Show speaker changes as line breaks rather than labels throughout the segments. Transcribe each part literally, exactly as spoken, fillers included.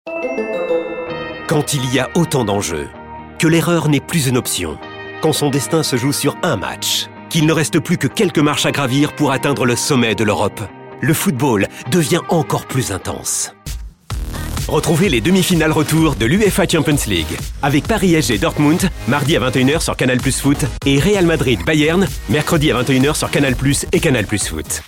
Quand il y a autant d'enjeux, que l'erreur n'est plus une option, quand son destin se joue sur un match, qu'il ne reste plus que quelques marches à gravir pour atteindre le sommet de l'Europe, le football devient encore plus intense. Retrouvez les demi-finales retour de l'UEFA Champions League avec Paris S G Dortmund, mardi à vingt et une heures sur Canal Plus Foot et Real Madrid Bayern, mercredi à vingt et une heures sur Canal Plus et Canal Plus Foot.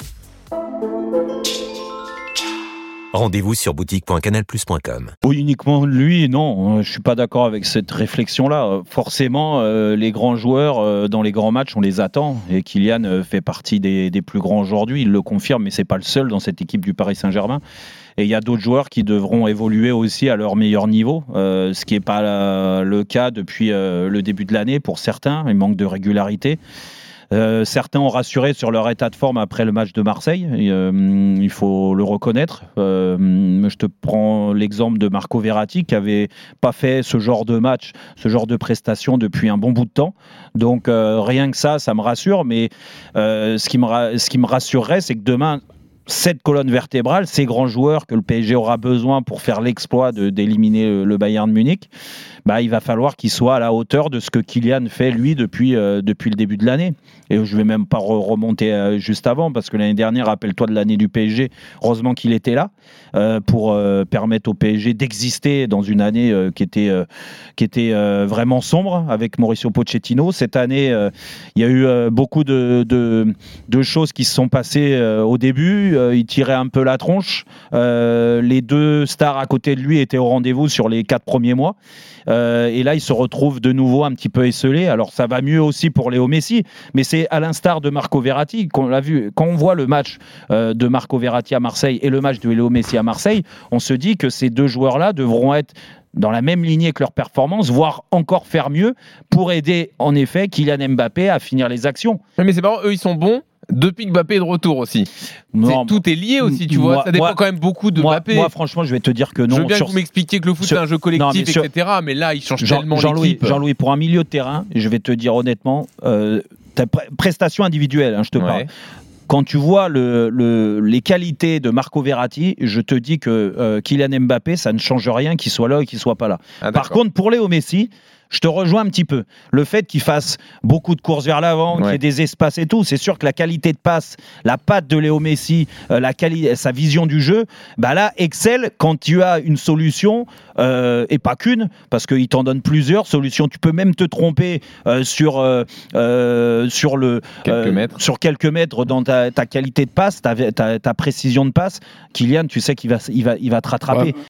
Rendez-vous sur boutique point canal plus point com.
Oui, uniquement lui, non. Je suis pas d'accord avec cette réflexion-là. Forcément, euh, les grands joueurs, euh, dans les grands matchs, on les attend. Et Kylian euh, fait partie des, des plus grands aujourd'hui. Il le confirme, mais c'est pas le seul dans cette équipe du Paris Saint-Germain. Et il y a d'autres joueurs qui devront évoluer aussi à leur meilleur niveau, euh, ce qui n'est pas la, le cas depuis euh, le début de l'année pour certains. Il manque de régularité. Euh, certains ont rassuré sur leur état de forme après le match de Marseille, et, euh, il faut le reconnaître. Euh, je te prends l'exemple de Marco Verratti qui n'avait pas fait ce genre de match, ce genre de prestation depuis un bon bout de temps. Donc euh, rien que ça, ça me rassure. Mais euh, ce qui me, ra- ce qui me rassurerait, c'est que demain, cette colonne vertébrale, ces grands joueurs que le P S G aura besoin pour faire l'exploit de, d'éliminer le, le Bayern de Munich, bah, il va falloir qu'il soit à la hauteur de ce que Kylian fait lui depuis, euh, depuis le début de l'année. Et je ne vais même pas re- remonter euh, juste avant, parce que l'année dernière, rappelle-toi de l'année du P S G, heureusement qu'il était là euh, pour euh, permettre au P S G d'exister dans une année euh, qui était, euh, qui était euh, vraiment sombre avec Mauricio Pochettino. Cette année, euh, il y a eu euh, beaucoup de, de, de choses qui se sont passées euh, au début. Euh, il tirait un peu la tronche. Euh, les deux stars à côté de lui étaient au rendez-vous sur les quatre premiers mois. Euh, et là, il se retrouve de nouveau un petit peu esselé. Alors, ça va mieux aussi pour Léo Messi, mais c'est à l'instar de Marco Verratti qu'on l'a vu. Quand on voit le match euh, de Marco Verratti à Marseille et le match de Léo Messi à Marseille, on se dit que ces deux joueurs-là devront être dans la même lignée que leur performance, voire encore faire mieux pour aider, en effet, Kylian Mbappé à finir les actions.
Mais c'est marrant, eux, ils sont bons. Depuis que Mbappé est de retour aussi.
Non,
c'est, tout est lié aussi, tu moi, vois. Ça dépend moi, quand même beaucoup de
moi,
Mbappé.
Moi, franchement, je vais te dire que non.
Je veux bien
sur,
que vous m'expliquiez que le foot, sur, c'est un jeu collectif, non, sur, et cetera. Mais là, il change Jean, tellement
Jean-Louis,
l'équipe.
Jean-Louis, pour un milieu de terrain, je vais te dire honnêtement, euh, ta pre- prestation individuelle, hein, je te ouais. parle. Quand tu vois le, le, les qualités de Marco Verratti, je te dis que euh, Kylian Mbappé, ça ne change rien qu'il soit là ou qu'il soit pas là. Ah, Par contre, pour Léo Messi, je te rejoins un petit peu. Le fait qu'il fasse beaucoup de courses vers l'avant, ouais. qu'il y ait des espaces et tout, c'est sûr que la qualité de passe, la patte de Léo Messi, euh, la quali- sa vision du jeu, bah là, excelle quand tu as une solution, euh, et pas qu'une, parce qu'il t'en donne plusieurs solutions. Tu peux même te tromper euh, sur, euh, euh, sur, le,
quelques
euh,
mètres.
sur quelques mètres dans ta, ta qualité de passe, ta, ta, ta précision de passe. Kylian, tu sais qu'il va, il va, il va te rattraper. Ouais.